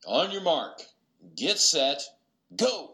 On your mark, get set, go!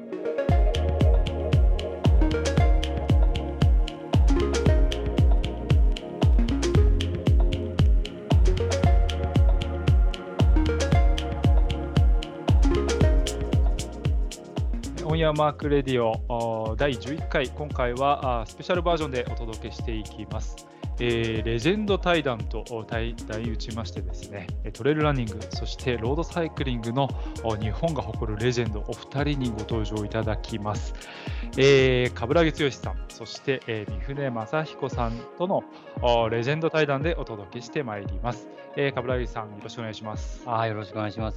オンヤーマークレディオ第11回、今回はスペシャルバージョンでお届けしていきます。レジェンド対談と題打ちましてですね、トレイルランニング、そしてロードサイクリングの日本が誇るレジェンドお二人にご登場いただきます。冠城剛さん、そして三船正彦さんとのレジェンド対談でお届けしてまいります。冠城さん、よろしくお願いします。 よろしくお願いします。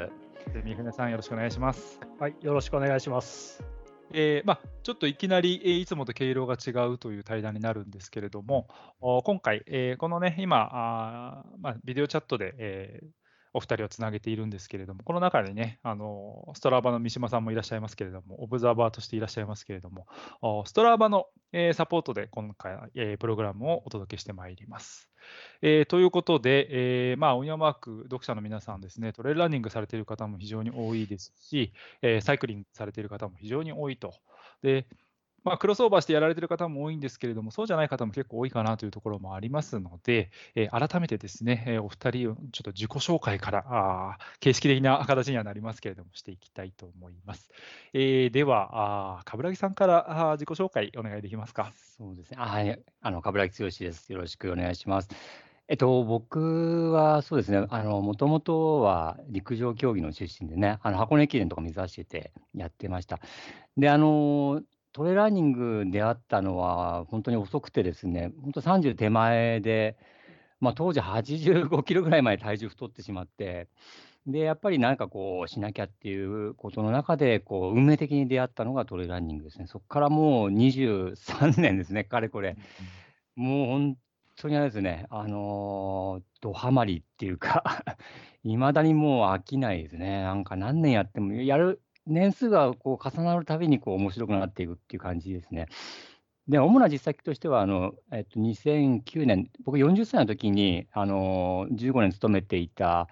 三船さん、よろしくお願いします。 はい、よろしくお願いします。 ちょっといきなり、いつもと毛色が違うという対談になるんですけれども、今回、このね、今、ビデオチャットで、お二人をつなげているんですけれども、この中にね、ストラバの三島さんもいらっしゃいますけれども、オブザーバーとしていらっしゃいますけれども、ストラバの、サポートで今回、プログラムをお届けしてまいります。ということで、オンヤーマーク読者の皆さんですね、トレイルランニングされている方も非常に多いですし、サイクリングされている方も非常に多いと。で、クロスオーバーしてやられている方も多いんですけれども、そうじゃない方も結構多いかなというところもありますので、改めてですね、お二人をちょっと自己紹介から形式的な形にはなりますけれども、していきたいと思います。では、冠城さんから自己紹介お願いできますか。 そうですね。冠城剛です。よろしくお願いします。僕はそうですね、もともとは陸上競技の出身でね、箱根駅伝とか目指しててやってました。で、トレランニング出会ったのは本当に遅くてですね、本当30手前で、当時85キロぐらいまで体重太ってしまって、で、やっぱり何かこうしなきゃっていうことの中で、運命的に出会ったのがトレイルランニングですね。そこからもう23年ですね、かれこれ。もう本当にあれですね、ドハマりっていうか未だにもう飽きないですね。なんか何年やっても、やる年数が重なるたびに面白くなっていくっていう感じですね。で、主な実績としては、2009年、僕40歳の時に、15年勤めていた、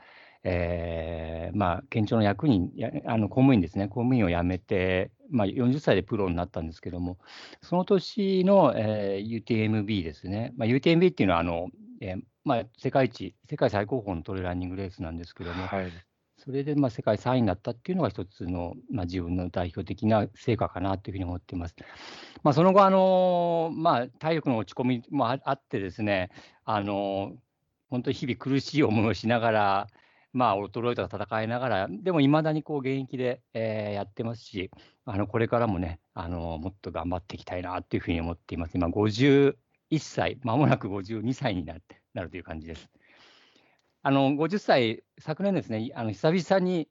県庁の役員、公務員ですね、公務員を辞めて、40歳でプロになったんですけども、その年の、UTMB ですね。UTMB っていうのは、世界最高峰のトレーランニングレースなんですけども、 はい、 それで世界3位になったっていうのが一つの、自分の代表的な成果かなというふうに思っています。その後、体力の落ち込みもあってですね、本当に日々苦しい思いをしながら、衰えとか戦いながら、でもいまだに現役で、やってますし、これからもね、もっと頑張っていきたいなというふうに思っています。今、51歳、まもなく52歳になるという感じです。50歳、昨年ですね、久々に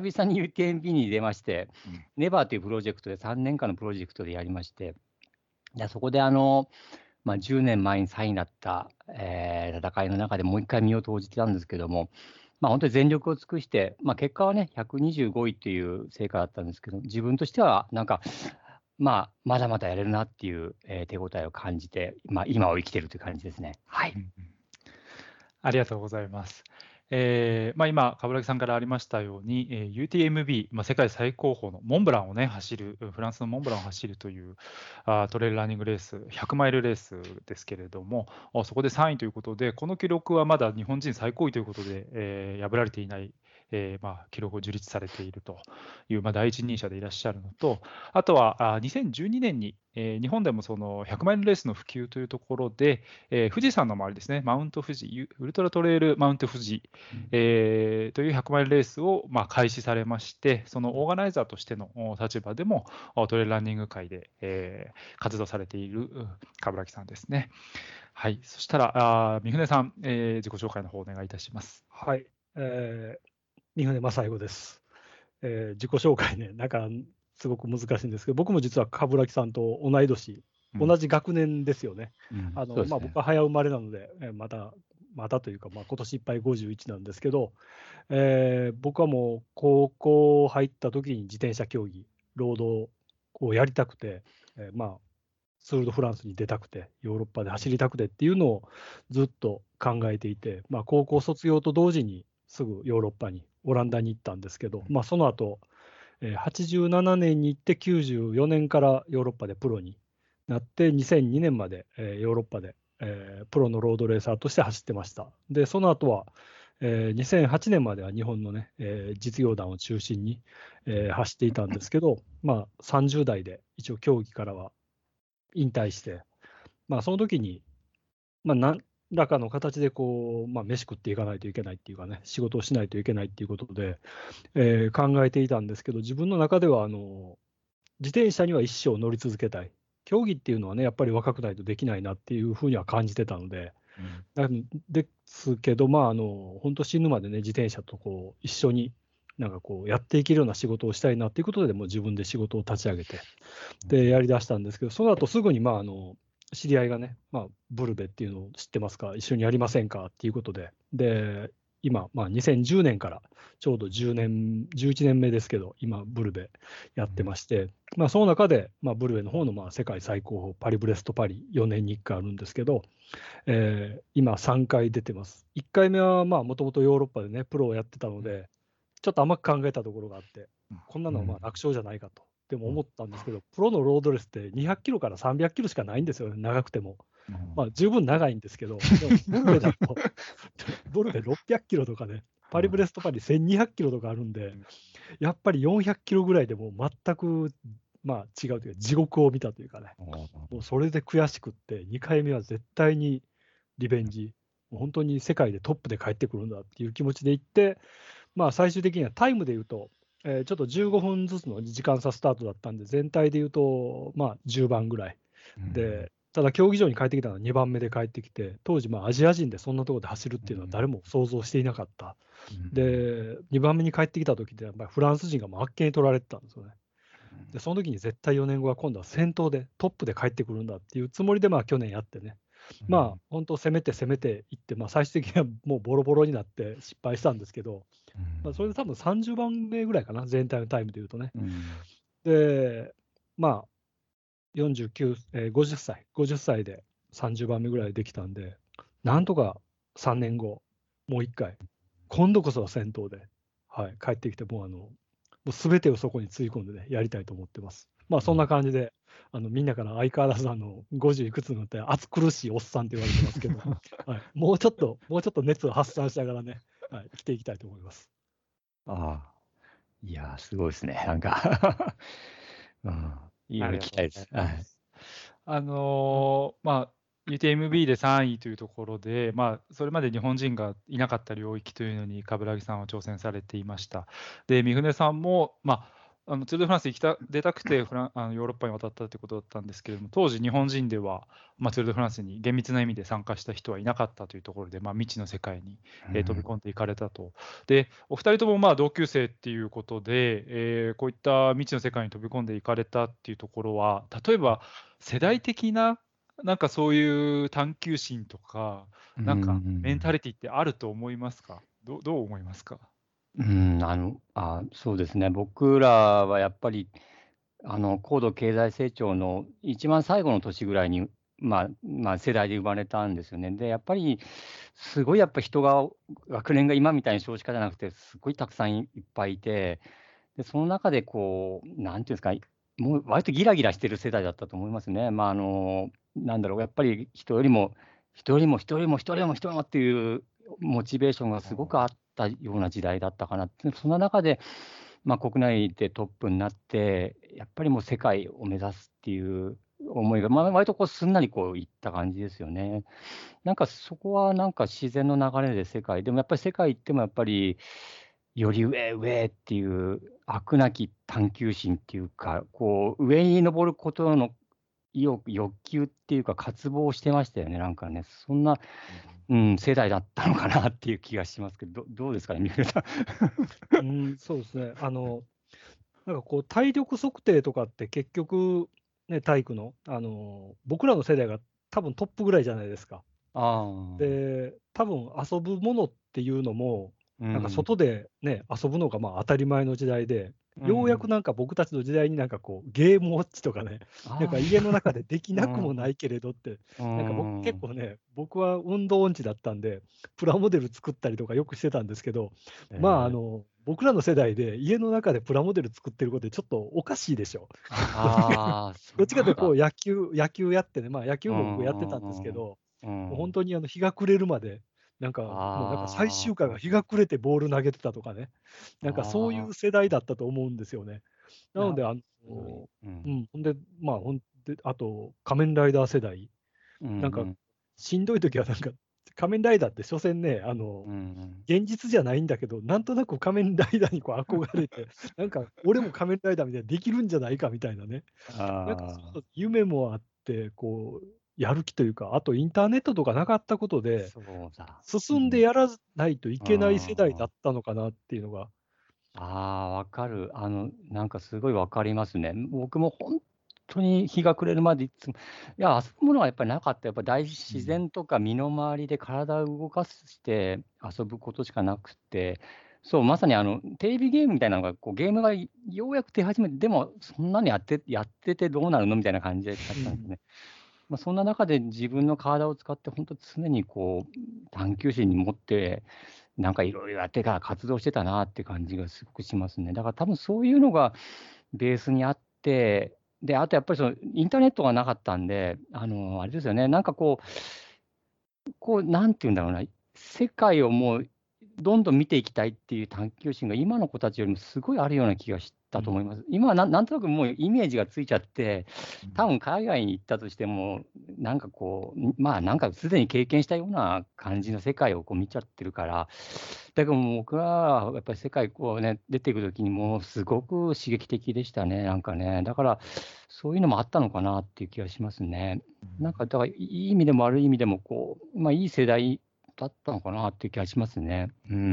UTMB に出まして、ネバーというプロジェクトで3年間のプロジェクトでやりまして、そこで10年前に3位になった、戦いの中でもう一回身を投じてたんですけども、本当に全力を尽くして、結果はね、125位という成果だったんですけど、自分としてはなんか、まだまだやれるなっていう、手応えを感じて、今を生きているという感じですね。はい。 ありがとうございます。今、冠城さんからありましたように、UTMB、世界最高峰のモンブランをね、フランスのモンブランを走るというトレイルランニングレース、100マイルレースですけれども、そこで3位ということで、この記録はまだ日本人最高位ということで、破られていない。記録を樹立されているという、第一人者でいらっしゃるのと、あとは2012年に、日本でもその100マイルレースの普及というところで、富士山の周りですね、マウント富士、ウルトラトレイルマウント富士、という100マイルレースを開始されまして、そのオーガナイザーとしての立場でもトレイルランニング界で、活動されている冠城さんですね。はい、そしたら三船さん、自己紹介の方お願いいたします。 はい、三船正彦です。自己紹介ね、なんかすごく難しいんですけど、僕も実は冠城さんと同い年、同じ学年ですよね。僕は早生まれなので、またというか、今年いっぱい51なんですけど、僕はもう高校入った時に自転車競技、ロードをやりたくて、ツール・ド・フランスに出たくて、ヨーロッパで走りたくてっていうのをずっと考えていて、高校卒業と同時にすぐヨーロッパにオランダに行ったんですけど、その後、87年に行って94年からヨーロッパでプロになって2002年まで、ヨーロッパで、プロのロードレーサーとして走ってました。でその後は、2008年までは日本のね、実業団を中心に、走っていたんですけど、30代で一応競技からは引退して、その時に、何らかの形でこう、飯食っていかないといけないっていうかね、仕事をしないといけないっていうことで、考えていたんですけど、自分の中では自転車には一生乗り続けたい。競技っていうのはね、やっぱり若くないとできないなっていうふうには感じてたので、ですけど、本当死ぬまでね、自転車とこう一緒になんかこうやっていけるような仕事をしたいなっていうことで、もう自分で仕事を立ち上げて、で、やりだしたんですけど、その後すぐに、知り合いがね、ブルベっていうのを知ってますか、一緒にやりませんかっていうことで、で、今、2010年からちょうど10年、11年目ですけど、今、ブルベやってまして、その中で、ブルベの方の世界最高峰、パリブレストパリ、4年に1回あるんですけど、今、3回出てます。1回目はもともとヨーロッパでね、プロをやってたので、ちょっと甘く考えたところがあって、こんなのは楽勝じゃないかと、でも思ったんですけど、プロのロードレースって200キロから300キロしかないんですよね、長くても。十分長いんですけど、でもブルベだと、ブルベ600キロとかね、パリブレストパリ1200キロとかあるんで、やっぱり400キロぐらいでもう全く、違うというか、地獄を見たというかね、もうそれで悔しくって、2回目は絶対にリベンジ、もう本当に世界でトップで帰ってくるんだっていう気持ちで行って、最終的にはタイムでいうと、ちょっと15分ずつの時間差スタートだったんで、全体でいうと、10番ぐらいで、ただ競技場に帰ってきたのは2番目で帰ってきて、当時、アジア人でそんなところで走るっていうのは誰も想像していなかった。で、2番目に帰ってきた時って、やっぱりフランス人があっけに取られてたんですよね。で、その時に絶対4年後は今度は先頭でトップで帰ってくるんだっていうつもりで、去年やってね、本当、攻めて攻めていって、最終的にはもうボロボロになって失敗したんですけど、それで多分30番目ぐらいかな、全体のタイムでいうとね。で、50歳で30番目ぐらいできたんで、なんとか3年後、もう1回、今度こそは先頭で、帰ってきて、もう全てをそこにつぎ込んでね、やりたいと思ってます。そんな感じで、みんなから相変わらず50いくつになって暑苦しいおっさんって言われてますけど、もうちょっと熱を発散しながらね、生きていきたいと思います。 いやー、すごいですね。なんかいろいろ聞きたいです。 UTMB で3位というところで、それまで日本人がいなかった領域というのに、冠城さんは挑戦されていました。で、三船さんも、ツール・ド・フランス出たくてヨーロッパに渡ったということだったんですけれども、当時、日本人では、ツール・ド・フランスに厳密な意味で参加した人はいなかったというところで、未知の世界に飛び込んでいかれたと。で、お二人とも同級生っていうことで、こういった未知の世界に飛び込んでいかれたっていうところは、例えば世代的ななんかそういう探求心とか、なんかメンタリティってあると思いますか？どう思いますか？ そうですね。僕らはやっぱり、高度経済成長の一番最後の年ぐらいに、世代で生まれたんですよね。で、やっぱり、すごいやっぱ人が、学年が今みたいに少子化じゃなくて、すごいたくさんいっぱいいて、で、その中でこう、なんていうんですか、もう割とギラギラしてる世代だったと思いますね。なんだろう、やっぱり人よりもっていうモチベーションがすごくあったような時代だったかなって。そんな中で、国内でトップになって、やっぱりもう世界を目指すっていう思いが、割とこうすんなりこういった感じですよね。なんかそこはなんか自然の流れででもやっぱり世界行ってもやっぱり、より上っていう飽くなき探求心っていうか、こう上に登ることの欲求っていうか、渇望してましたよね、なんかね。そんな、世代だったのかなっていう気がしますけど、どうですかね、三浦さん。 そうですね。なんかこう、体力測定とかって結局、ね、体育の、僕らの世代が多分トップぐらいじゃないですか。で、多分遊ぶものっていうのも、 なんか外でね、遊ぶのがまあ当たり前の時代で、ようやくなんか僕たちの時代になんかこう、ゲームウォッチとかね、なんか家の中でできなくもないけれどって、なんか僕結構ね、僕は運動音痴だったんで、プラモデル作ったりとかよくしてたんですけど、まあ僕らの世代で家の中でプラモデル作ってることってちょっとおかしいでしょ。どっちかというとこう野球やってね、まあ野球も僕やってたんですけど、もう本当に日が暮れるまで、なんかもうなんか最終回が日が暮れてボール投げてたとかね、なんかそういう世代だったと思うんですよね。なので、ほんで、まあ、あと、仮面ライダー世代、なんか、しんどいときは、なんか、仮面ライダーって所詮ね、現実じゃないんだけど、なんとなく仮面ライダーにこう憧れて、なんか、俺も仮面ライダーみたいにできるんじゃないかみたいなね、なんか、夢もあって、こう、やる気というか、あとインターネットとかなかったことで、進んでやらないといけない世代だったのかなっていうのが。 わかる。なんかすごいわかりますね。僕も本当に日が暮れるまでいつも、いや、遊ぶものはやっぱりなかった。やっぱ大自然とか身の回りで体を動かして遊ぶことしかなくて、そう、まさにテレビゲームみたいなのが、こうゲームがようやく出始めて、でもそんなにやっててどうなるのみたいな感じだったんですね。そんな中で自分の体を使って、本当常にこう探求心に持って、なんかいろいろやってから活動してたなって感じがすごくしますね。だから多分そういうのがベースにあって、で、あとやっぱりそのインターネットがなかったんで、あれですよね、なんかなんていうんだろうな、世界をもうどんどん見ていきたいっていう探求心が今の子たちよりもすごいあるような気がしたと思います。今はなんとなくもうイメージがついちゃって、多分海外に行ったとしても、なんかこう、まあなんかすでに経験したような感じの世界をこう見ちゃってるから、だけど僕らはやっぱり世界こうね、出ていくときにもうすごく刺激的でしたね、なんかね。だからそういうのもあったのかなっていう気がしますね。なんかだからいい意味でも悪い意味でもこう、まあいい世代だったのかなっていう気がしますね。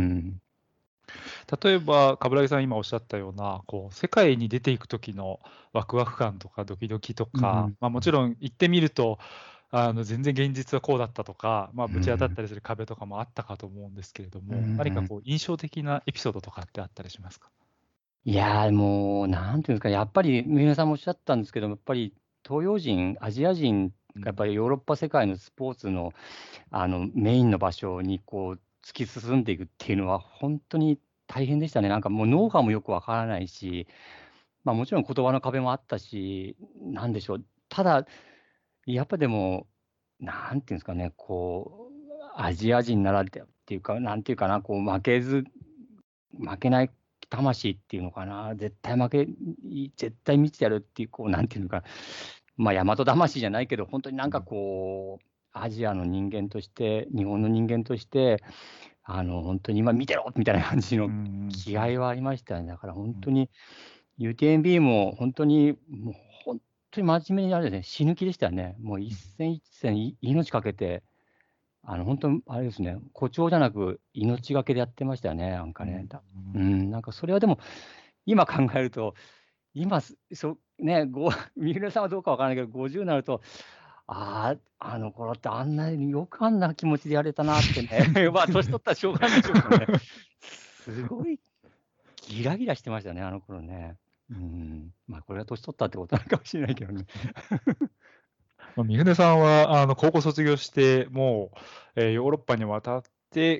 例えば、冠城さん今おっしゃったような、世界に出ていく時のワクワク感とかドキドキとか、もちろん行ってみると、全然現実はこうだったとか、ぶち当たったりする壁とかもあったかと思うんですけれども、何か印象的なエピソードとかってあったりしますか？ いやー、もうなんていうんですか、やっぱり三浦さんもおっしゃったんですけども、やっぱり東洋人、アジア人がやっぱりヨーロッパ世界のスポーツのメインの場所にこう突き進んでいくっていうのは、本当に大変でしたね。なんかもうノウハウもよくわからないし、もちろん言葉の壁もあったし、なんでしょう、ただ、やっぱでも、なんていうんですかね、こう、アジア人ならではっていうか、なんていうかな、こう負けない魂っていうのかな、絶対見てやるっていう、こう、なんていうのか、大和魂じゃないけど、本当になんかこう、アジアの人間として、日本の人間として、本当に今見てろみたいな感じの気合はありましたね。だから本当に、UTMB も本当に、もう本当に真面目にあれですね、死ぬ気でしたね。もう一戦一戦命かけて、本当、あれですね、誇張じゃなく、命がけでやってましたよね、なんかね。なんかそれはでも、今考えると、今、ね、三浦さんはどうかわからないけど、50になると、あの頃ってあんなによくあんな気持ちでやれたなってね、年取ったらしょうがないでしょうけどね、すごいギラギラしてましたね、あの頃ね。これは年取ったってことなのかもしれないけどね。 三船さんは高校卒業して、もう、ヨーロッパに渡って、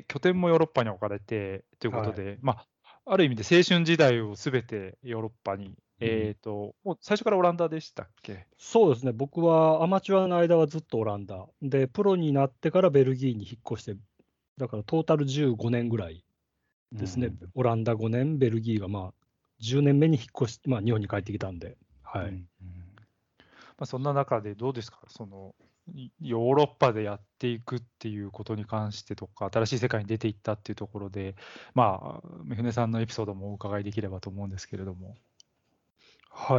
拠点もヨーロッパに置かれてということで、ある意味で青春時代をすべてヨーロッパに、もう最初からオランダでしたっけ？ そうですね、僕はアマチュアの間はずっとオランダで、プロになってからベルギーに引っ越して、だからトータル15年ぐらいですね、オランダ5年、ベルギーが10年目に引っ越して、日本に帰ってきたんで。 そんな中でどうですか、ヨーロッパでやっていくっていうことに関してとか、新しい世界に出ていったっていうところで、三船さんのエピソードもお伺いできればと思うんですけれども。 はい、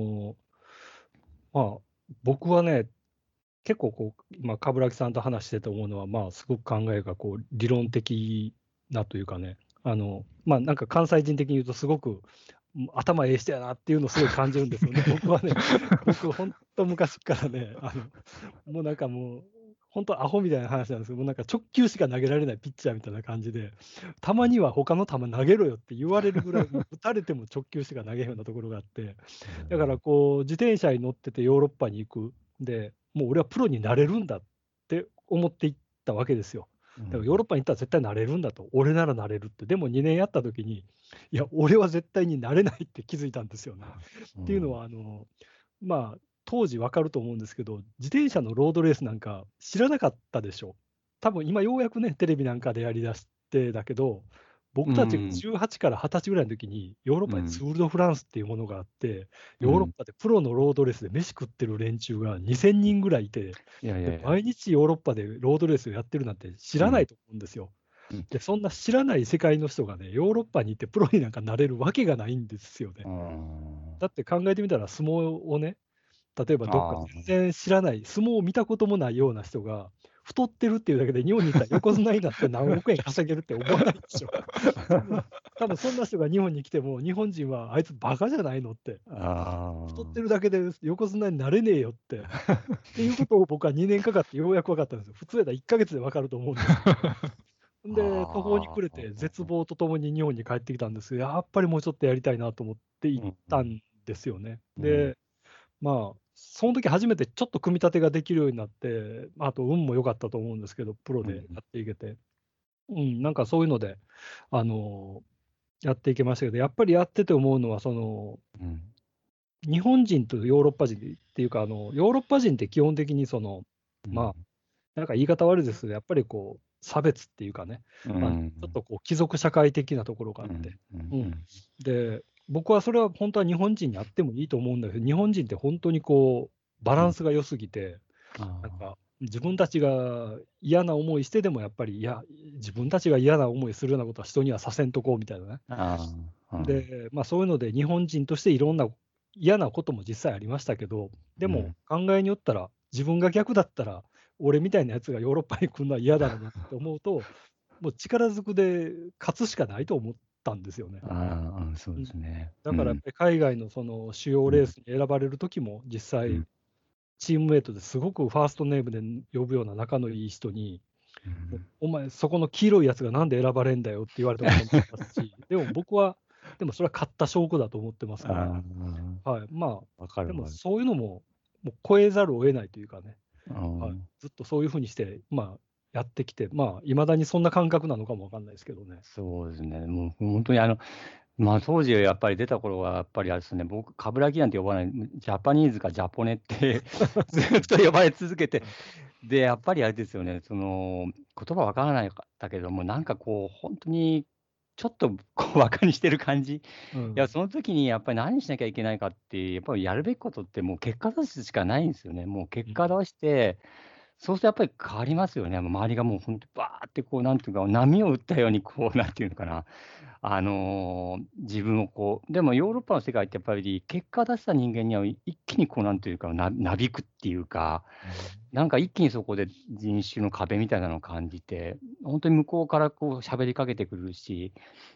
僕はね、結構冠城さんと話してて思うのは、すごく考えが理論的なというかね、なんか関西人的に言うと、すごく頭ええ人やなっていうのをすごい感じるんですよね。僕はね、本当昔からね、もうなんかもう、 本当アホみたいな話なんですけど、もうなんか直球しか投げられないピッチャーみたいな感じで、たまには他の球投げろよって言われるぐらい、もう打たれても直球しか投げへんようなところがあって、だからこう、自転車に乗っててヨーロッパに行く、でもう俺はプロになれるんだって思っていったわけですよ。だからヨーロッパに行ったら絶対なれるんだと、俺ならなれるって、でも2年やった時に、いや、俺は絶対になれないって気づいたんですよね。っていうのは、まあ、当時分かると思うんですけど、自転車のロードレースなんか知らなかったでしょ。多分今ようやくね、テレビなんかでやりだしてだけど、僕たちが18から20歳ぐらいの時に、ヨーロッパにツール・ド・フランスっていうものがあって、ヨーロッパでプロのロードレースで飯食ってる連中が2000人ぐらいいて、で毎日ヨーロッパでロードレースをやってるなんて知らないと思うんですよ。でそんな知らない世界の人がね、ヨーロッパに行ってプロになんかなれるわけがないんですよね。だって考えてみたら、相撲をね、例えばどっか全然知らない、相撲を見たこともないような人が、太ってるっていうだけで日本に行ったら横綱になって何億円稼げるって思わないでしょ。多分そんな人が日本に来ても、日本人はあいつバカじゃないのって、太ってるだけで横綱になれねえよってっていうことを僕は2年かかってようやく分かったんですよ。普通やったら1ヶ月で分かると思うんですけど。で、途方に暮れて、絶望とともに日本に帰ってきたんですけど、やっぱりもうちょっとやりたいなと思って行ったんですよね。で、まあ、その時初めてちょっと組み立てができるようになって、あと運も良かったと思うんですけど、プロでやっていけて、なんかそういうので、やっていけましたけど、やっぱりやってて思うのは、日本人とヨーロッパ人っていうか、ヨーロッパ人って基本的にまあ、なんか言い方悪いですけど、やっぱりこう、差別っていうかね、ちょっとこう貴族社会的なところがあって、で、僕はそれは本当は日本人にあってもいいと思うんだけど、日本人って本当にこう、バランスが良すぎて、なんか自分たちが嫌な思いしてでも、やっぱり、いや、自分たちが嫌な思いするようなことは人にはさせんとこうみたいなね。で、そういうので、日本人としていろんな嫌なことも実際ありましたけど、でも考えによったら、自分が逆だったら、俺みたいなやつがヨーロッパに来るのは嫌だろうなって思うと、もう力ずくで勝つしかないと思ったんですよね。 そうですね。 だからやっぱり海外のその主要レースに選ばれるときも、実際、チームメイトですごくファーストネームで呼ぶような仲のいい人に、お前、そこの黄色いやつがなんで選ばれんだよって言われたこともありますし、でも僕は、でもそれは勝った証拠だと思ってますから、はい、まあ、でもそういうのも超えざるを得ないというかね、ずっとそういうふうにして、やってきて、いまだにそんな感覚なのかもわかんないですけどね。 そうですね、もう本当に当時やっぱり出た頃はやっぱりあれですね、僕、冠城なんて呼ばない、ジャパニーズかジャポネってずっと呼ばれ続けて、で、やっぱりあれですよね、言葉わからないかったけども、なんかこう、本当にちょっとこう、馬鹿にしてる感じ。いや、その時にやっぱり何しなきゃいけないかって、やっぱりやるべきことってもう結果出すしかないんですよね。もう結果出して、そうするとやっぱり変わりますよね。周りがもう本当バーってこう、なんていうか、波を打ったようにこう、なんていうのかな、自分をこう、でもヨーロッパの世界ってやっぱり結果出した人間には一気にこう、なんていうか、なびくっていうか、なんか一気にそこで人種の壁みたいなのを感じて、本当に向こうからこう喋りかけてくるし、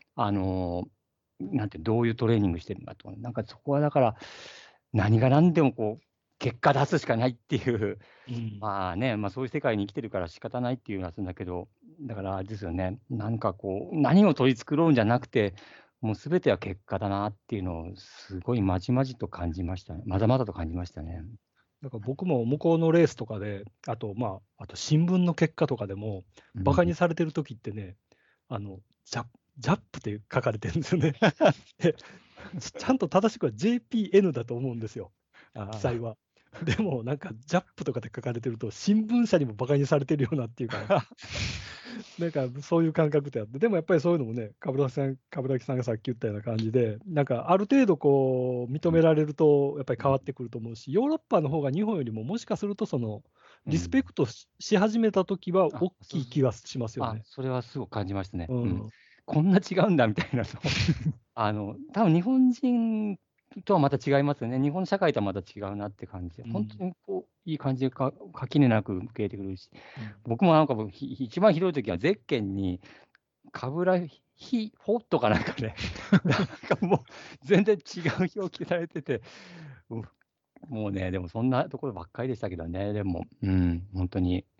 なんてどういうトレーニングしてるのかとか、なんかそこはだから、何が何でもこう、結果出すしかないっていう、そういう世界に生きてるから仕方ないっていうやつだけど、だからあれですよね、なんかこう、何を取り繕うんじゃなくて、もうすべては結果だなっていうのを、すごいまじまじと感じましたね。まだまだと感じましたね。 だから僕も向こうのレースとかで、あと新聞の結果とかでも、バカにされてる時ってね、ジャップって書かれてるんですよね。ちゃんと正しくは JPN だと思うんですよ、記載は。でもなんかジャップとかで書かれてると、新聞社にもバカにされてるようなっていうか、なんかそういう感覚ってあって、でもやっぱりそういうのもね、冠城さんがさっき言ったような感じで、なんかある程度こう認められると、やっぱり変わってくると思うし、ヨーロッパの方が日本よりももしかすると、リスペクトし始めたときは大きい気がしますよね。 それはすごく感じましたね。こんな違うんだみたいなの。多分日本人とはまた違いますよね。日本社会とはまた違うなって感じで、本当にこういい感じで垣根なく受け入れてくれるし、僕もなんか一番ひどい時はゼッケンに冠城フォットかなんかね、なんかもう全然違う表記されてて、もうね、でもそんなところばっかりでしたけどね、でも、本当に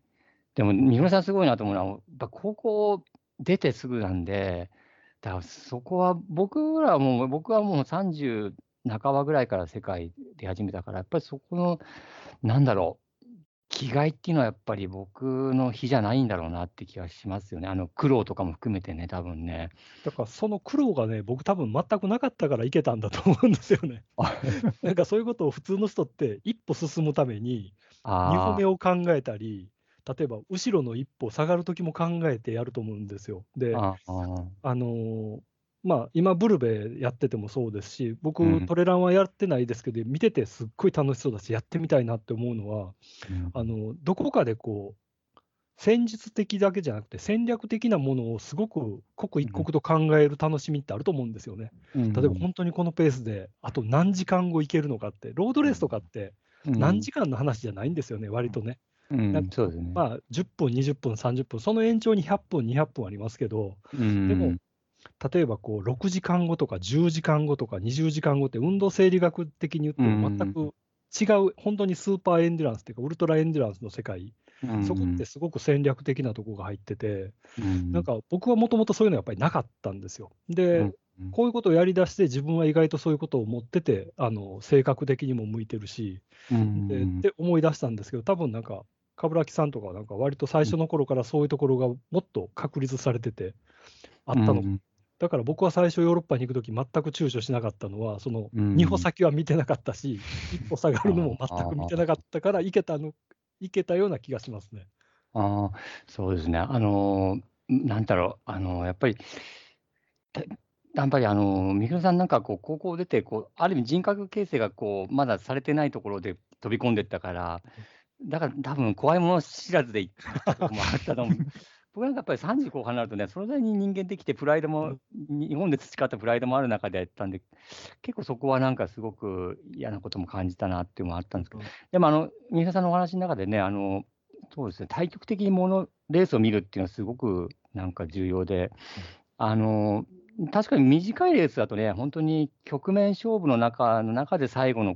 でも、三浦さんすごいなと思うのは、やっぱ高校出てすぐなんで、だからそこは僕はもう30半ばぐらいから世界出始めたから、やっぱりそこの、なんだろう、気概っていうのはやっぱり僕の比じゃないんだろうなって気がしますよね。苦労とかも含めてね、多分ね。 だからその苦労がね、僕多分全くなかったからいけたんだと思うんですよね。なんかそういうことを普通の人って一歩進むために2歩あ目を考えたり、例えば後ろの一歩下がるときも考えてやると思うんですよ。で、 あ、ああ、 今、ブルベやっててもそうですし、 う僕、 ん、 トレランはやってないですけど、見ててすっごい楽しそうだし、やってみたいなって思うのは、 うん、 どこかでこう、戦術的だけじゃなくて、戦略的なものをすごく刻一刻と考える楽しみってあると思うんですよね。 うん、 例えば本当にこのペースで、あと何時間後行けるのかって、ロードレースとかってうん、 何時間の話じゃないんですよね、割とね。 うん、そうですね。 10分、20分、30分、その延長に100分、200分ありますけど、 うでも、 ん、 例えばこう6時間後とか10時間後とか20時間後って運動生理学的に言っうても全ん、 く違う、本当にスーパーエンデュランスっていうか、ウルトラエンデュランスの世界、 うそこっん、 てすごく戦略的なところが入ってて、 うん、 なんか僕はもともとそういうのやっぱりなかったんですよ。で、 うん、 こういうことをやりだして、自分は意外とそういうことを持ってて、性格的にも向いてるし、 うでっん、 て思い出したんですけど、多分なんか、冠城さんとかはなんか割と最初の頃からそういうところがもっと確立されてて、あったのか。だから僕は最初ヨーロッパに行くとき全く躊躇しなかったのは、そのうん、 2歩先は見てなかったし、一歩下がるのもあ全く見てなかったから、行けたような気がしますね。 あ、そうですね。なんだろう、やっぱり、たやっぱり三船さんなんかこう高校出て、ある意味人格形成がまだされてないところで飛び込んでったから、だから多分怖いもの知らずで行ったところもあったと思う。僕なんかやっぱり30後半になるとね、それなりに人間できてプライドも、日本で培ったプライドもある中でやったんで、結構そこはなんかすごく嫌なことも感じたなっていうのもあったんですけど、でも三船さんのお話の中でね、そうですね、対極的にレースを見るっていうのはすごくなんか重要で、あの、確かに短いレースだとね、本当に局面勝負の中で最後の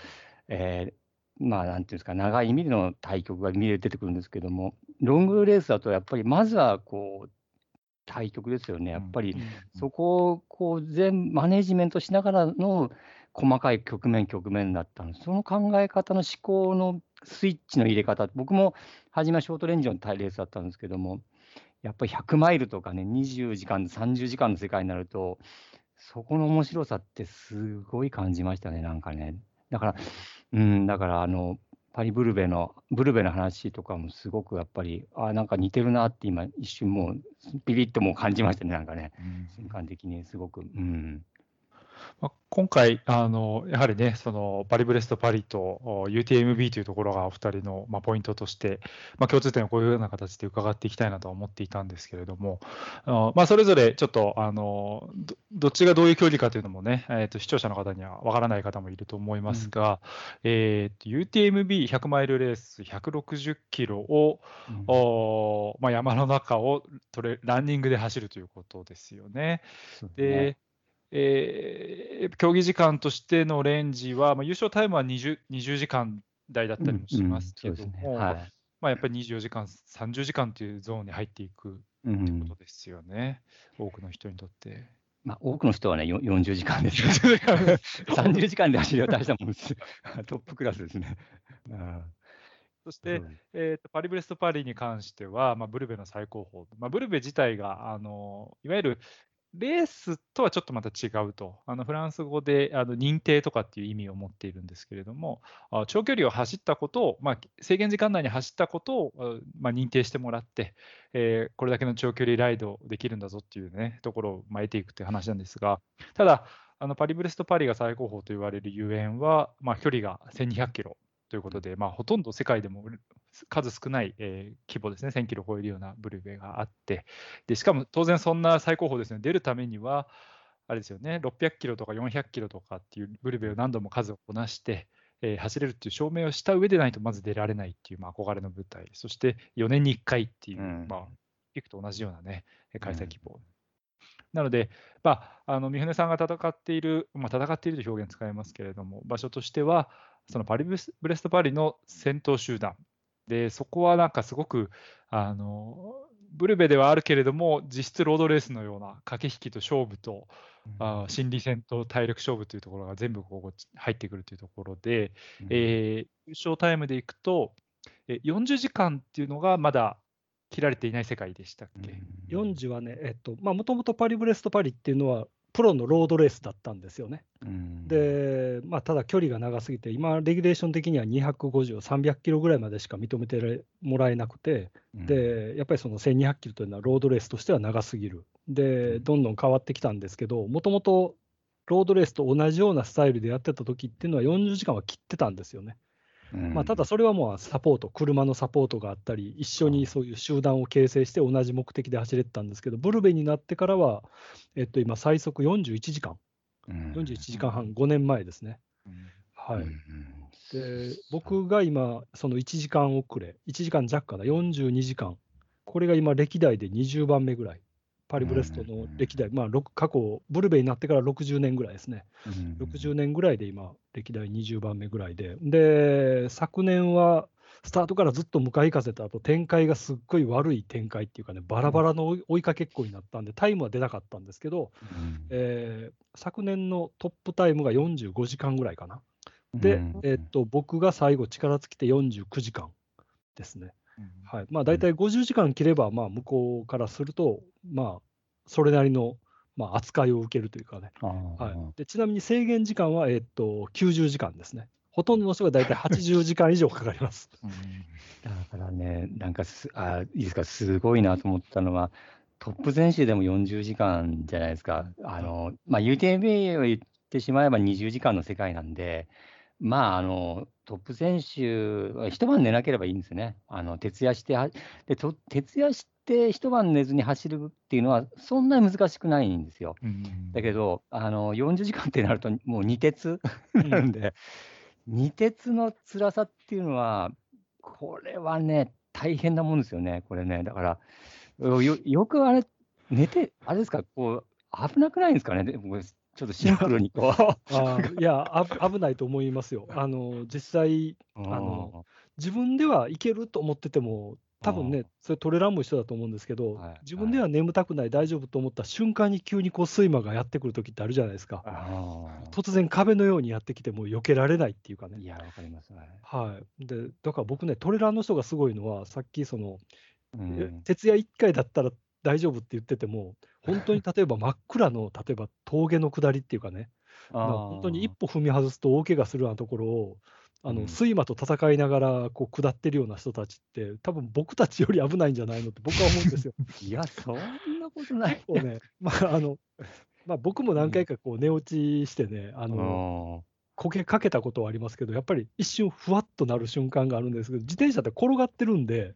なんていうんですか、長い意味での対局が出てくるんですけども、ロングレースだとやっぱりまずは対局ですよね。やっぱりそこをマネジメントしながらの細かい局面だったので、その考え方の思考のスイッチの入れ方、僕も初めはショートレンジのレースだったんですけども、やっぱり100マイルとかね、20時間、30時間の世界になると、そこの面白さってすごい感じましたね、なんかね。だから、だからパリブルベの話とかもすごくやっぱり、なんか似てるなって今、一瞬もう、ビビッともう感じましたね、なんかね、瞬間的にすごく。 今回、やはりね、そのパリブレストパリとUTMB というところがお二人のポイントとして、共通点をこういうような形で伺っていきたいなとは思っていたんですけれども、それぞれちょっとどっちがどういう距離かというのもね、視聴者の方にはわからない方もいると思いますが、UTMB100 マイルレース160キロを、山の中をランニングで走るということですよね。で競技時間としてのレンジは、優勝タイムは20時間台だったりもしますけども、やっぱり24時間、30時間というゾーンに入っていくということですよね、多くの人にとって。 多くの人はね、40時間ですよ。30時間で走りは大したもんです。トップクラスですね。 そして、パリブレストパリに関しては、ブルベの最高峰、ブルベ自体がいわゆるレースとはちょっとまた違うと、フランス語で認定とかっていう意味を持っているんですけれども、長距離を走ったことを、制限時間内に走ったことを、認定してもらって、これだけの長距離ライドできるんだぞっていう、ね、ところを得ていくという話なんですが、ただ、パリブレストパリが最高峰と言われるゆえんは、距離が1200キロということで、ほとんど世界でも数少ない、規模ですね、1000キロを超えるようなブルベがあって、でしかも当然そんな最高峰ですね、出るためには、あれですよね、600キロとか400キロとかっていうブルベを何度も数をこなして、走れるっていう証明をした上でないとまず出られないっていう、憧れの舞台、そして4年に1回っていう、ピクと同じようなね、開催規模。なので、三船さんが戦っているという表現使いますけれども、場所としては、そのパリブレストパリの先頭集団で、そこはなんかすごく、ブルベではあるけれども、実質ロードレースのような駆け引きと勝負と、心理戦と体力勝負というところが全部ここ入ってくるというところで、優勝タイムでいくと、40時間っていうのがまだ切られていない世界でしたっけ。 40はね、もともとパリブレストパリっていうのは、プロのロードレースだったんですよね。で、ただ距離が長すぎて、今、レギュレーション的には250、300キロぐらいまでしか認めてもらえなくて、で、やっぱりその1200キロというのはロードレースとしては長すぎる。で、どんどん変わってきたんですけど、もともとロードレースと同じようなスタイルでやってた時っていうのは40時間は切ってたんですよね。ただそれはもうサポート、車のサポートがあったり、一緒にそういう集団を形成して同じ目的で走れてたんですけど、ブルベになってからは、今、最速41時間、41時間半、5年前ですね。はい。で、僕が今、その1時間遅れ、1時間弱かな、42時間、これが今、歴代で20番目ぐらい。パリブレストの歴代、過去、ブルベになってから60年ぐらいですね。60年ぐらいで今、歴代20番目ぐらいで。で、昨年は、スタートからずっと向かい風と、あと展開がすっごい悪い展開っていうかね、バラバラの追いかけっこになったんで、タイムは出なかったんですけど、昨年のトップタイムが45時間ぐらいかな。で、僕が最後、力尽きて49時間ですね。はい、大体50時間切れば、向こうからすると、それなりの、扱いを受けるというかね。でちなみに制限時間は、90時間ですね。ほとんどの人が大体80時間以上かかります。 だからね、なんかいいですか、すごいなと思ったのは、トップ選手でも40時間じゃないですか。UTMB を言ってしまえば20時間の世界なんで、トップ選手は一晩寝なければいいんですね。徹夜して徹夜して一晩寝ずに走るっていうのは、そんなに難しくないんですよ。だけど、40時間ってなると、もう二鉄なんで、二鉄の辛さっていうのは、これはね、大変なもんですよね、これね。だから、よくあれ、寝て、あれですか、危なくないんですかね、僕ちょっとシンプルにいや、危ないと思いますよ。実際、自分ではいけると思ってても、多分ね、それトレランも一緒だと思うんですけど、自分では眠たくない、大丈夫と思った瞬間に急に睡魔がやってくるときってあるじゃないですか。突然壁のようにやってきても避けられないっていうかね。 いや、わかります。 で、だから僕ね、トレランの人がすごいのは、さっき徹夜1回だったら大丈夫って言ってても、本当に例えば真っ暗の、例えば峠の下りっていうかね、本当に一歩踏み外すと大怪我するようなところを、睡魔と戦いながら下ってるような人たちって、多分僕たちより危ないんじゃないのって僕は思うんですよ。 いや、そんなことない。 ね、僕も何回か寝落ちしてね、こけかけたことはありますけど、やっぱり一瞬ふわっとなる瞬間があるんですけど、自転車って転がってるんで、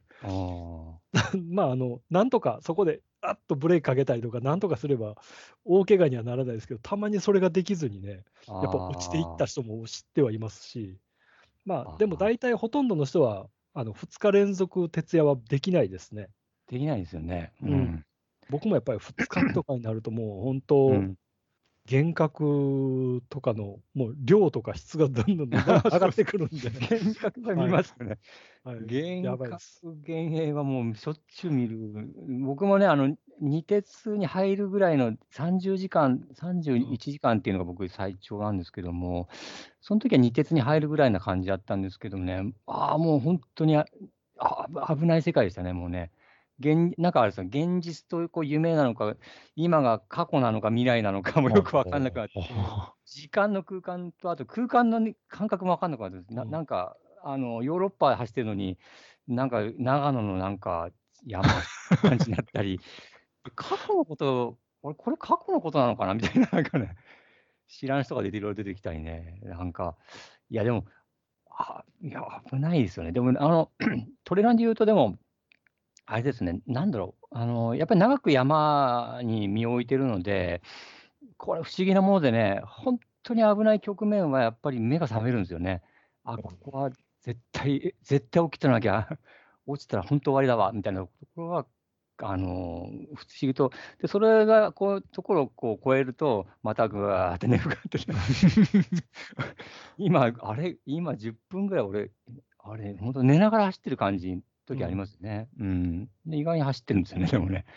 なんとかそこであっとブレーキかけたりとか、なんとかすれば大怪我にはならないですけど、たまにそれができずにね、やっぱ落ちていった人も知ってはいますし、でも大体ほとんどの人は2日連続徹夜はできないですね。 できないですよね。 僕もやっぱり2日とかになると、もう本当、幻覚とかのもう量とか質がどんどん上がってくるんで。 幻覚が見ますよね。幻覚、幻影はもうしょっちゅう見る。僕もね、二鉄に入るぐらいの30時間、31時間っていうのが僕最長なんですけども、その時は二鉄に入るぐらいな感じだったんですけどね、もう本当に危ない世界でしたね、もうね。なんかあれですよ、現実と夢なのか、今が過去なのか未来なのかもよく分かんなくなって、時間の空間と、あと空間の感覚も分かんなくなって、なんかヨーロッパ走ってるのに、なんか長野のなんか山感じになったり、過去のこと、これ過去のことなのかなみたいな、なんかね、知らん人がいろいろ出てきたりね、なんか、いやでも、いや、危ないですよね。でも、トレランで言うと、でも、あれですね、なんだろう、やっぱり長く山に身を置いてるので、これ不思議なものでね、本当に危ない局面はやっぱり目が覚めるんですよね。ここは絶対起きてなきゃ、落ちたら本当終わりだわみたいなところは、不思議と、でそれがところを超えると、またぐわーって眠くなって、今10分ぐらい俺、 あれ、本当寝ながら走ってる感じ、時ありますね。で意外に走ってるんですよね、でもね。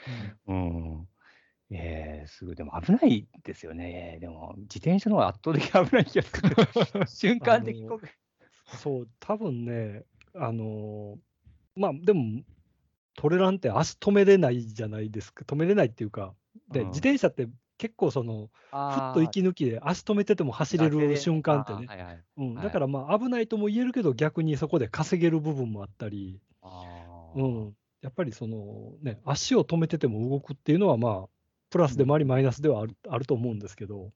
すごい、でも危ないですよね。でも、自転車の方が圧倒的に危ない気がする。瞬間的にそう、多分ね、でも、トレランって足止めれないじゃないですか。止めれないっていうか、で、自転車って結構ふっと息抜きで足止めてても走れる瞬間ってね。だから危ないとも言えるけど、逆にそこで稼げる部分もあったり、やっぱり足を止めてても動くっていうのは、プラスでもあり、マイナスではあると思うんですけど。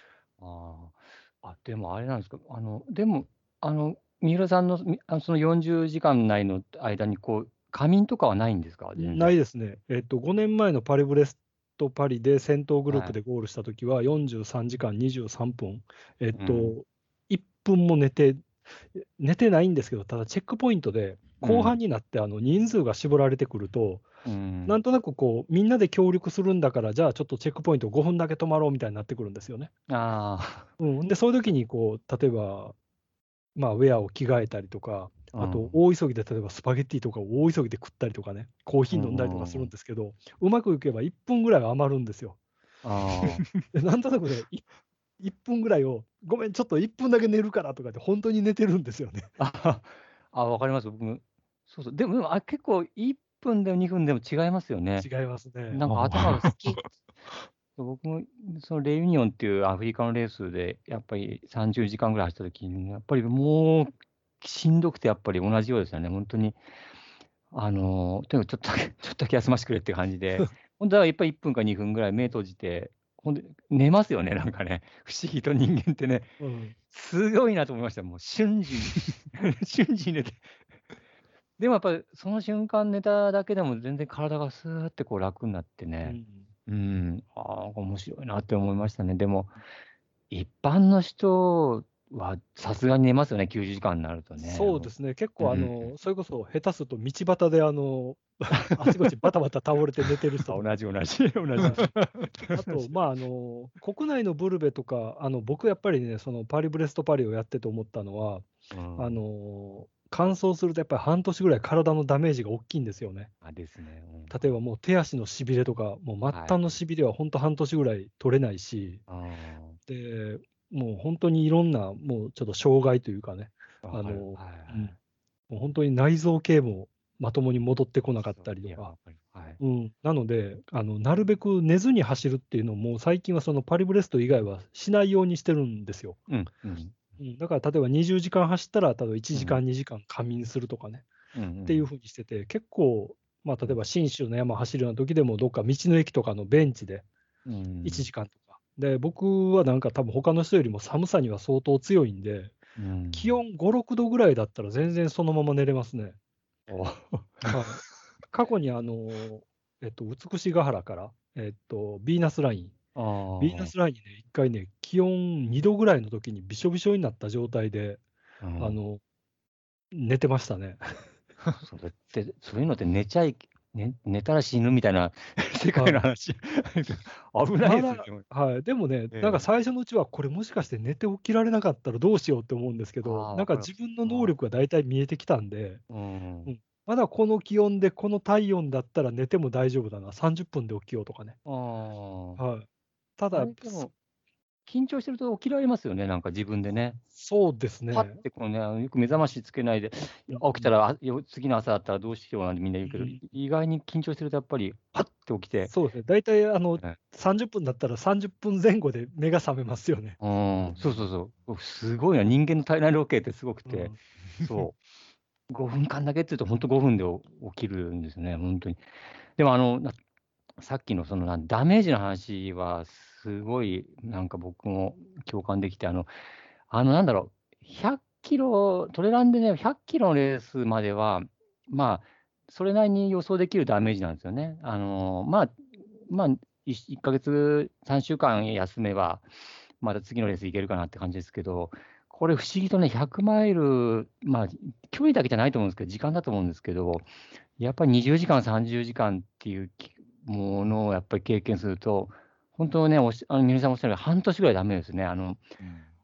でもあれなんですか、でも、三浦さんのその40時間内の間に仮眠とかはないんですか？ ないですね。5年前のパリブレストパリで先頭グループでゴールしたときは43時間23分。1分も寝てないんですけど、ただチェックポイントで後半になって人数が絞られてくると、なんとなくみんなで協力するんだから、じゃあちょっとチェックポイント5分だけ止まろうみたいになってくるんですよね。で、そういう時に例えば、ウェアを着替えたりとか、あと大急ぎで例えばスパゲッティとかを大急ぎで食ったりとかね、コーヒー飲んだりとかするんですけど、うまくいけば1分ぐらいは余るんですよ。でなんとなくね、1分ぐらいを、ごめん、ちょっと1分だけ寝るからとかって、本当に寝てるんですよね。 わかります。僕もそうそう。でも結構1分でも2分でも違いますよね。 違いますね。 なんか頭が好き。僕もそのレユニオンっていうアフリカのレースで、やっぱり30時間ぐらい走った時に、やっぱりもうしんどくて、やっぱり同じようですよね。本当に、とにかくちょっとだけ休ませてくれって感じで、本当はやっぱり1分か2分ぐらい目閉じて、ほんと寝ますよね、なんかね。不思議と人間ってね、すごいなと思いました。もう瞬時に寝て。でもやっぱりその瞬間寝ただけでも全然体がスーって楽になってね。面白いなって思いましたね。でも、一般の人はさすがに寝ますよね、90時間になるとね。 そうですね、結構それこそ下手すると道端であちこちバタバタ倒れて寝てる人とか。 同じ。 あと、国内のブルベとか、僕やっぱりね、パリブレストパリをやってて思ったのは、乾燥するとやっぱり半年ぐらい体のダメージが大きいんですよね。 ですね。 例えばもう手足のしびれとか、もう末端のしびれは本当半年ぐらい取れないし、で、もう本当にいろんな、もうちょっと障害というかね、もう本当に内臓系もまともに戻ってこなかったりとか、なのでなるべく寝ずに走るっていうのも、最近はそのパリブレスト以外はしないようにしてるんですよ。だから例えば20時間走ったら、例えば1時間、2時間仮眠するとかね、っていうふうにしてて、結構、例えば信州の山走るような時でも、どっか道の駅とかのベンチで1時間とか。で、僕はなんか多分他の人よりも寒さには相当強いんで、気温5、6度ぐらいだったら全然そのまま寝れますね。過去に美しが原から、ヴィーナスライン。ヴィーナスラインにね、一回ね、気温2度ぐらいの時にびしょびしょになった状態で、寝てましたね。 そういうのって寝たら死ぬみたいな世界の話。危ないですよ。 でもね、なんか最初のうちは、これもしかして寝て起きられなかったらどうしようって思うんですけど、なんか自分の能力が大体見えてきたんで、まだこの気温でこの体温だったら寝ても大丈夫だな、30分で起きようとかね。ただ、 緊張してると起きられますよね、なんか自分でね。 そうですね。 パッてよく目覚ましつけないで、起きたら次の朝だったらどうしようなんてみんな言うけど、意外に緊張してるとやっぱり、パッて起きて。 そうですね。大体30分だったら30分前後で目が覚めますよね。 そう。すごいな、人間の体内時計ってすごくて、5分間だけって言うと、本当5分で起きるんですね、本当に。でもさっきのダメージの話は、すごいなんか僕も共感できて、なんだろう、100キロ、トレランでね、100キロのレースまでは、それなりに予想できるダメージなんですよね。1ヶ月、3週間休めば、また次のレース行けるかなって感じですけど、これ不思議とね、100マイル、距離だけじゃないと思うんですけど、時間だと思うんですけど、やっぱり20時間、30時間っていうものをやっぱり経験すると、本当ね、皆さんおっしゃるように半年ぐらいダメですね。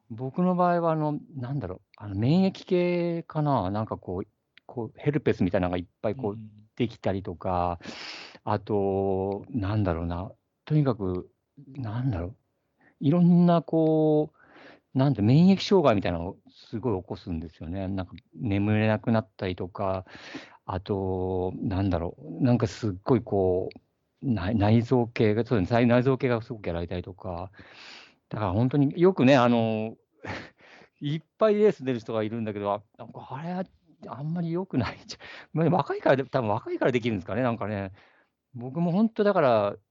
僕の場合は、なんだろう、免疫系かな、なんかヘルペスみたいなのがいっぱいできたりとか、あと、なんだろうな、とにかく、なんだろう、いろんななんて免疫障害みたいなのをすごい起こすんですよね。なんか眠れなくなったりとか、あと、なんだろう、なんかすっごい内臓系が、そうですね、内臓系がすごくやられたりとか、だから本当によくね、いっぱいレース出る人がいるんだけど、なんかあれはあんまり良くないまあ若いから多分若いからできるんですかね、なんかね。僕も本当だから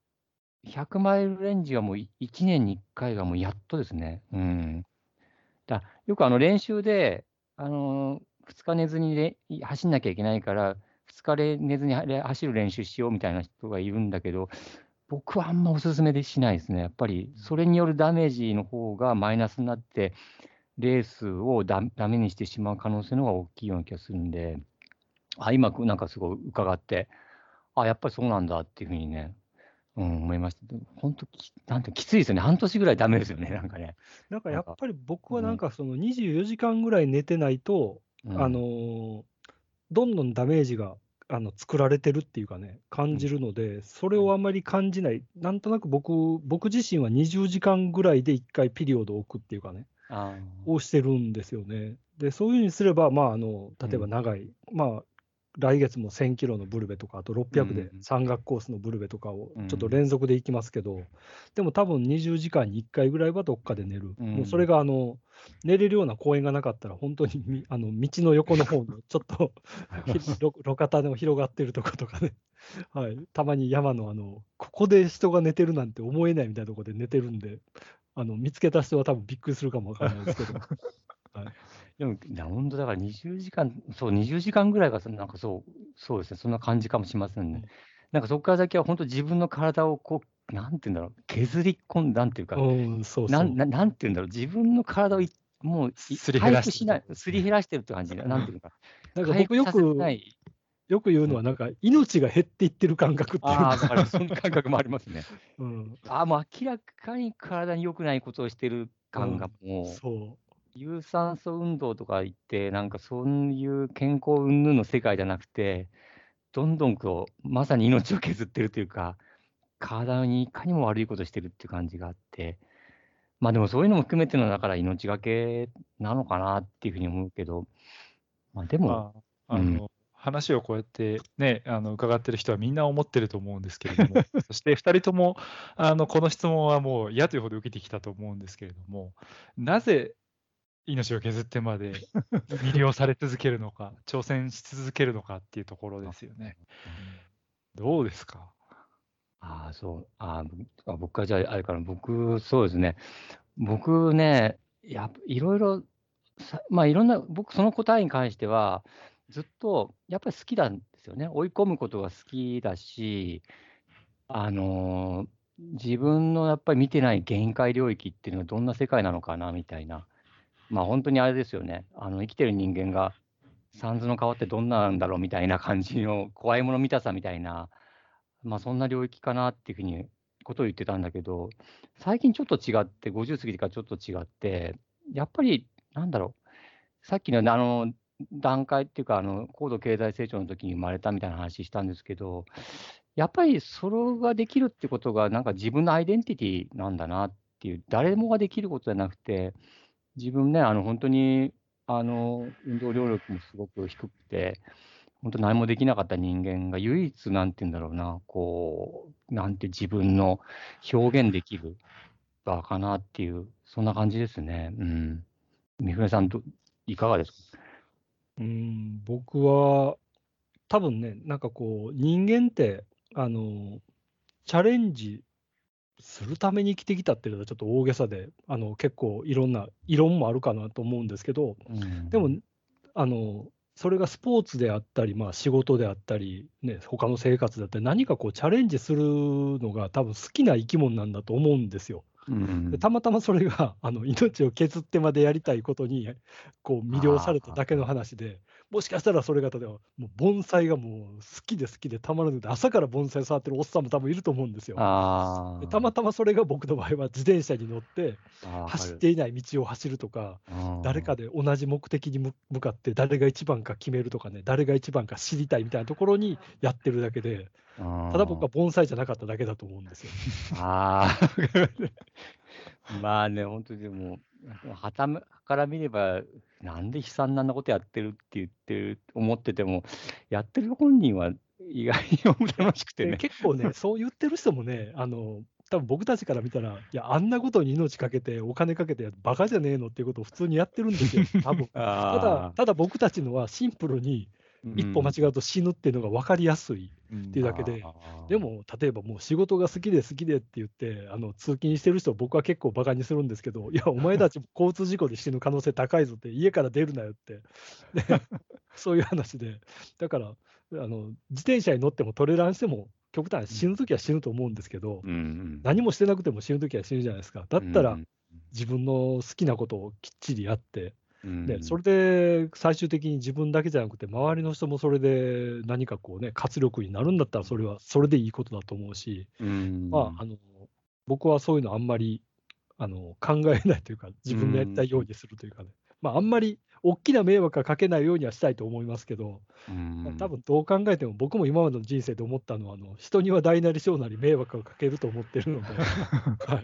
、100マイルレンジはもう1年に1回がもうやっとですね。うん。よく練習で、2日寝ずに走んなきゃいけないから、2日寝ずに走る練習しようみたいな人がいるんだけど、僕はあんまお勧めしないですね。やっぱりそれによるダメージの方がマイナスになって、レースをダメにしてしまう可能性の方が大きいような気がするんで、今、なんかすごい伺って、やっぱりそうなんだっていうふうにね、思いました。本当、なんてきついですよね。半年ぐらいダメですよね、なんかね。 なんかやっぱり僕はなんかその24時間ぐらい寝てないと、どんどんダメージが作られてるっていうかね、感じるので、それをあんまり感じない、なんとなく僕自身は20時間ぐらいで1回ピリオドを置くっていうかね、をしてるんですよね。で、そういうふうにすれば、例えば長い、来月も1000キロのブルベとか、あと600で山岳コースのブルベとかをちょっと連続で行きますけど、でも多分20時間に1回ぐらいはどっかで寝る。もうそれが寝れるような公園がなかったら、本当に道の横の方のちょっと路肩の広がってるとことかね、はい、たまに山のここで人が寝てるなんて思えないみたいなところで寝てるんで、見つけた人は多分びっくりするかもわからないですけど。はい、 でも、本当だから20時間、そう、20時間ぐらいが、なんかそうですね、そんな感じかもしれませんね。なんかそこから先は本当自分の体をなんていうんだろう、削り込んだんていうか、なんていうんだろう、自分の体をもう回復しない、すり減らしてるって感じ、なんていうか、 なんか僕よく言うのは、なんか命が減っていってる感覚っていうか、 だからそんな感覚もありますね。もう明らかに体に良くないことをしてる感がもう。有酸素運動とか言って、なんかそういう健康云々の世界じゃなくて、どんどんまさに命を削ってるというか、体にいかにも悪いことしてるっていう感じがあって、でもそういうのも含めての、だから命がけなのかなっていうふうに思うけど、でも、 話をこうやってね、伺ってる人はみんな思ってると思うんですけれども、そして2人ともこの質問はもう嫌というほど受けてきたと思うんですけれども、なぜ命を削ってまで魅了され続けるのか、挑戦し続けるのかっていうところですよね。どうですか？ 僕はじゃあ、あれかな、そうですね。僕ね、いろいろ、いろんな、僕、その答えに関しては、ずっとやっぱり好きなんですよね。追い込むことが好きだし、自分のやっぱり見てない限界領域っていうのはどんな世界なのかなみたいな。本当にあれですよね。生きてる人間が、三途の川ってどんなんだろうみたいな感じの怖いもの見たさみたいな、そんな領域かなっていうふうにことを言ってたんだけど、最近ちょっと違って、50過ぎてからちょっと違って、やっぱりなんだろう、さっきの段階っていうか、高度経済成長の時に生まれたみたいな話したんですけど、やっぱりそれができるってことが、なんか自分のアイデンティティなんだなっていう、誰もができることじゃなくて、自分ね、本当に運動量力もすごく低くて、本当何もできなかった人間が唯一、なんて言うんだろうな、なんて自分の表現できる場かなっていう、そんな感じですね。三船さん、いかがですか？ 僕は多分ね、なんか人間ってチャレンジするために生きてきたっていうのはちょっと大げさで、結構いろんな異論もあるかなと思うんですけど、でもそれがスポーツであったり、仕事であったり、ね、他の生活だったり、何かチャレンジするのが多分好きな生き物なんだと思うんですよ。でたまたまそれが命を削ってまでやりたいことに魅了されただけの話で、 もしかしたらそれが例えば、もう盆栽がもう好きで好きでたまらなくて、朝から盆栽触ってるおっさんも多分いると思うんですよ。でたまたまそれが僕の場合は自転車に乗って走っていない道を走るとか、誰かで同じ目的に向かって誰が一番か決めるとかね、誰が一番か知りたいみたいなところにやってるだけで、ただ僕は盆栽じゃなかっただけだと思うんですよ。 まあね、本当にでも、はたから見れば、なんで悲惨なことやってるって思ってても、やってる本人は意外に楽しくてね。 結構ね、そう言ってる人もね、多分僕たちから見たら、いや、あんなことに命かけて、お金かけて、バカじゃねえのっていうことを普通にやってるんですよ、多分ただ僕たちのはシンプルに、一歩間違うと死ぬっていうのが分かりやすいっていうだけで、でも、例えばもう仕事が好きで好きでって言って、通勤してる人を僕は結構バカにするんですけど、いや、お前たち交通事故で死ぬ可能性高いぞって、家から出るなよって、でそういう話で、だから、自転車に乗ってもトレーラーにしても、極端に死ぬときは死ぬと思うんですけど、何もしてなくても死ぬときは死ぬじゃないですか。だったら、自分の好きなことをきっちりやって、でそれで最終的に自分だけじゃなくて、周りの人もそれで何かこうね、活力になるんだったら、それはそれでいいことだと思うし、僕はそういうのあんまり考えないというか、自分のやりたいようにするというかね、あんまり大きな迷惑はかけないようにはしたいと思いますけど、多分どう考えても、僕も今までの人生で思ったのは、人には大なり小なり迷惑をかけると思ってるので、はい、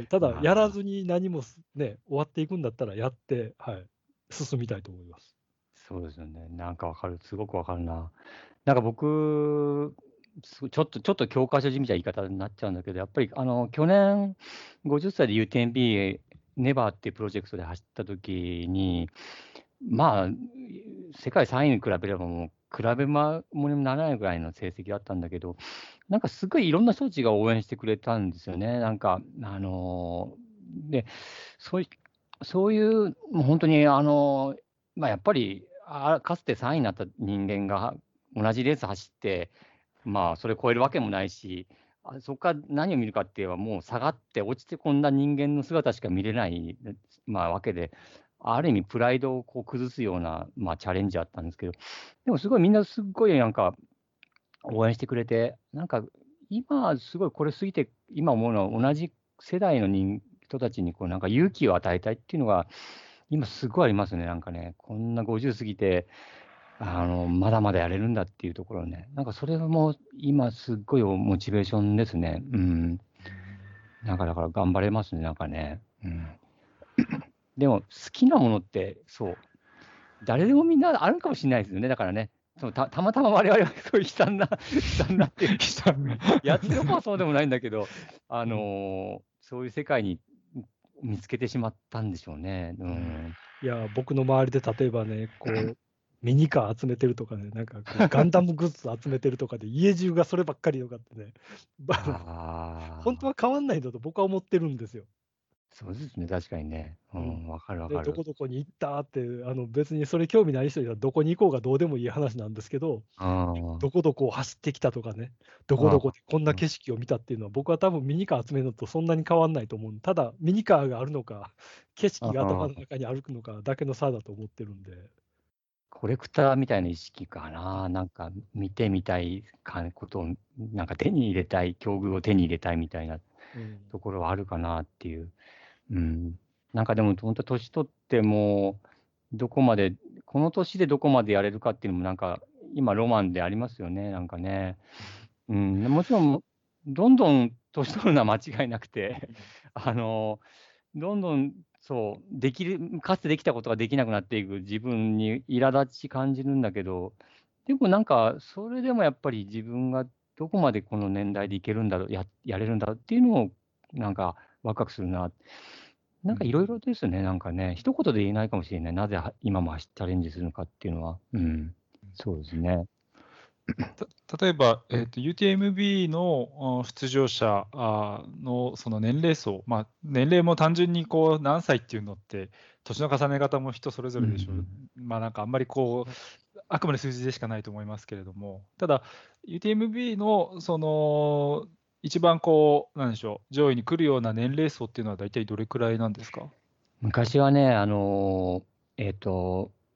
ただ、やらずに何もね、終わっていくんだったらやって、進みたいと思います。 そうですよね。なんかわかる。すごくわかるな。なんか僕、ちょっと教科書じみた言い方になっちゃうんだけど、やっぱり去年、50歳で UTMB ネバーっていうプロジェクトで走った時に、まあ、世界3位に比べればもう、比べ物にならないぐらいの成績だったんだけど、なんかすごいいろんな人たちが応援してくれたんですよね。なんか、で、そういう、もう本当に、やっぱり、かつて3位になった人間が同じレース走って、それを超えるわけもないし、そこから何を見るかって言えば、もう下がって落ちてこんだ人間の姿しか見れない、わけで、ある意味プライドをこう崩すような、チャレンジだったんですけど、でもすごいみんなすごいなんか応援してくれて、なんか今すごいこれ過ぎて、今思うのは同じ世代の人たちにこうなんか勇気を与えたいっていうのが、今すごいありますね。なんかね、こんな50過ぎて、まだまだやれるんだっていうところね。なんかそれも今すっごいモチベーションですね。だから頑張れますね、なんかね。でも好きなものって、そう、誰でもみんなあるかもしれないですよね。だからね、たまたま我々はそういう悲惨なっていうやつの子はそうでもないんだけど、そういう世界に見つけてしまったんでしょうね。 いや、僕の周りで例えばね、こう、ミニカー集めてるとかね、なんかこうガンダムグッズ集めてるとかで、家中がそればっかりとかってね、本当は変わんないんだと僕は思ってるんですよ。 そうですね、確かにね。わかるわかる。 どこどこに行ったって、別にそれ興味ない人にはどこに行こうがどうでもいい話なんですけど、どこどこを走ってきたとかね、どこどこでこんな景色を見たっていうのは、僕は多分ミニカー集めるのとそんなに変わんないと思う。ただ、ミニカーがあるのか、景色が頭の中に歩くのかだけの差だと思ってるんで。 コレクターみたいな意識かな。なんか見てみたいことを、なんか手に入れたい、境遇を手に入れたいみたいなところはあるかなっていう。なんかでも本当年取っても、この年でどこまでやれるかっていうのもなんか、今ロマンでありますよね、なんかね。もちろん、どんどん年取るのは間違いなくて、どんどんかつてできたことができなくなっていく自分に苛立ち感じるんだけど、でもなんか、それでもやっぱり自分がどこまでこの年代でいけるんだろう、やれるんだろうっていうのを、なんかワクワクするな。なんかいろいろですね、なんかね、一言で言えないかもしれない。なぜ今もチャレンジするのかっていうのは。そうですね。 例えば、UTMB の出場者のその年齢層、年齢も単純にこう何歳っていうのって、年の重ね方も人それぞれでしょう。なんかあんまりこう、あくまで数字でしかないと思いますけれども、ただ、UTMB のその一番こう、なんでしょう、上位に来るような年齢層っていうのは、大体どれくらいなんですか？ 昔はね、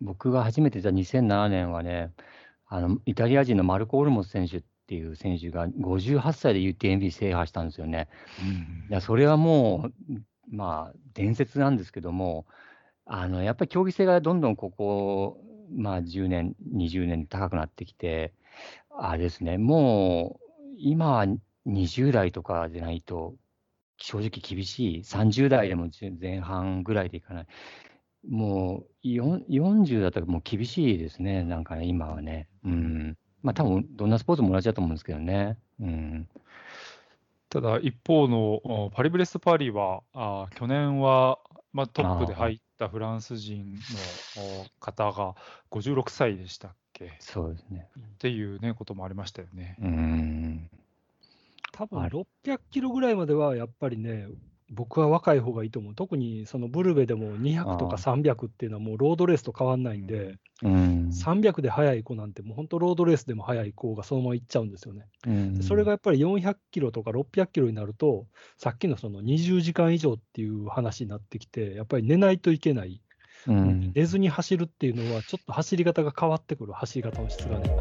僕が初めて出た2007年はね、イタリア人のマルコ・オルモス選手っていう選手が58歳で UTMB 制覇したんですよね。いや、それはもう、まあ、伝説なんですけども、やっぱり競技性がどんどんここ、まあ、10年、20年高くなってきて、あれですね、もう今は20代とかでないと、正直厳しい、30代でも前半ぐらいでいかない、もう40だったらもう厳しいですね、なんかね、今はね。まあ、多分どんなスポーツも同じだと思うんですけどね。 ただ一方のパリブレスパリは、去年は、まあ、トップで入ったフランス人の方が56歳でしたっけ？ そうですね。 っていうね、こともありましたよね。 多分600キロぐらいまではやっぱりね、僕は若い方がいいと思う。特にそのブルベでも200とか300っていうのはもうロードレースと変わんないんで、300で速い子なんてもう本当ロードレースでも速い子がそのまま行っちゃうんですよね。でそれがやっぱり400キロとか600キロになると、さっきのその20時間以上っていう話になってきて、やっぱり寝ないといけない。寝ずに走るっていうのはちょっと走り方が変わってくる、走り方の質がね。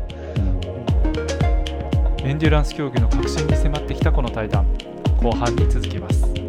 エンデュランス競技の革新に迫ってきたこの対談、後半に続きます。